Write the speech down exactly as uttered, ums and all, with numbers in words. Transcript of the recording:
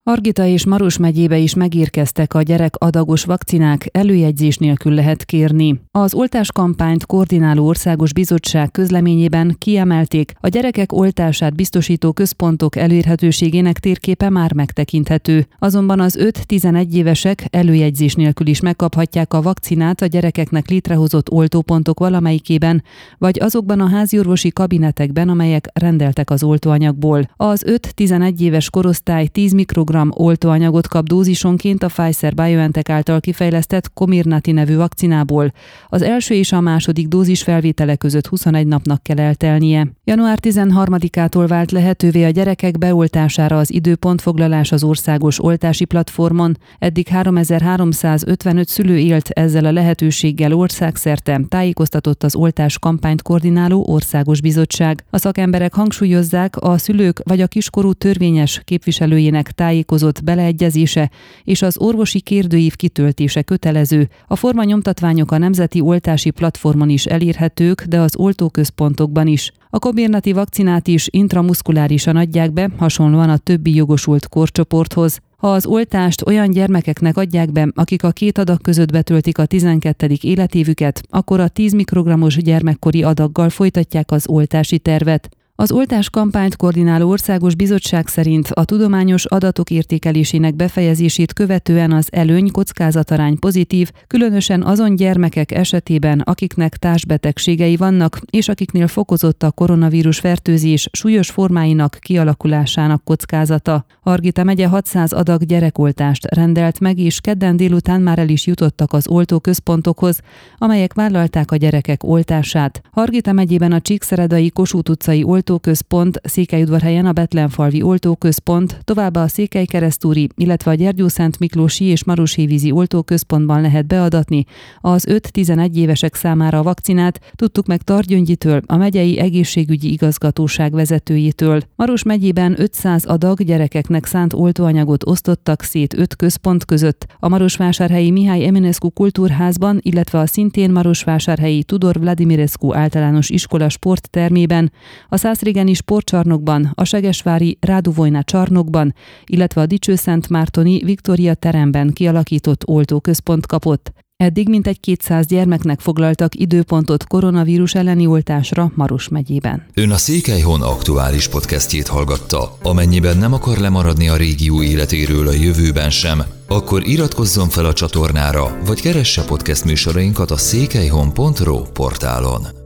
Margita és Maros megyébe is megérkeztek a gyerek adagos vakcinák, előjegyzés nélkül lehet kérni. Az oltáskampányt koordináló országos bizottság közleményében kiemelték, a gyerekek oltását biztosító központok elérhetőségének térképe már megtekinthető. Azonban az öt-tizenegy évesek előjegyzés nélkül is megkaphatják a vakcinát a gyerekeknek létrehozott oltópontok valamelyikében, vagy azokban a háziorvosi kabinetekben, amelyek rendeltek az oltóanyagból. Az öt-tizenegy éves korosztály tíz mikrogramm oltóanyagot kap dózisonként a Pfizer-BioNTech által kifejlesztett Comirnaty nevű vakcinából. Az első és a második dózis felvétele között huszonegy napnak kell eltelnie. január tizenharmadikától vált lehetővé a gyerekek beoltására az időpontfoglalás az országos oltási platformon. Eddig háromezer-háromszázötvenöt szülő élt ezzel a lehetőséggel országszerte, tájékoztatott az oltás kampányt koordináló országos bizottság. A szakemberek hangsúlyozzák, a szülők vagy a kiskorú törvényes képviselőjének tájékoztatása beleegyezése és az orvosi kérdőív kitöltése kötelező. A formanyomtatványok a Nemzeti Oltási Platformon is elérhetők, de az oltóközpontokban is. A Comirnaty vakcinát is intramuszkulárisan adják be, hasonlóan a többi jogosult korcsoporthoz. Ha az oltást olyan gyermekeknek adják be, akik a két adag között betöltik a tizenkettedik életévüket, akkor a tíz mikrogrammos gyermekkori adaggal folytatják az oltási tervet. Az oltás kampányt koordináló országos bizottság szerint a tudományos adatok értékelésének befejezését követően az előny-kockázatarány pozitív, különösen azon gyermekek esetében, akiknek társbetegségei vannak, és akiknél fokozott a koronavírus fertőzés súlyos formáinak kialakulásának kockázata. Margita megye hatszáz adag gyerekoltást rendelt meg, és kedden délután már el is jutottak az oltóközpontokhoz, amelyek vállalták a gyerekek oltását. Margita megyében a Csíkszeredai Kossuth utcai oltóközpont, Székelyudvarhelyen a Betlenfalvi oltóközpont, továbbá a Székelykeresztúri, illetve a Gyergyószent Miklósi és Maroshévízi oltóközpontban lehet beadatni az öt-tizenegy évesek számára a vakcinát, tudtuk meg Targyöngyitől, a megyei egészségügyi igazgatóság vezetőjétől. Maros megyében ötszáz adag gyerekeknek szánt oltóanyagot osztottak szét öt központ között, a marosvásárhelyi Mihály Eminescu kultúrházban, illetve a szintén marosvásárhelyi Tudor Vladimirescu általános iskola sporttermében, a Szászrégeni sportcsarnokban, a segesvári Ráduvojna csarnokban, illetve a Dicsőszentmártoni Viktória teremben kialakított oltóközpont kapott. Eddig mintegy kétszáz gyermeknek foglaltak időpontot koronavírus elleni oltásra Maros megyében. Ön a Székelyhon aktuális podcastjét hallgatta. Amennyiben nem akar lemaradni a régió életéről a jövőben sem, akkor iratkozzon fel a csatornára, vagy keresse podcast műsorainkat a székelyhon pont ro portálon.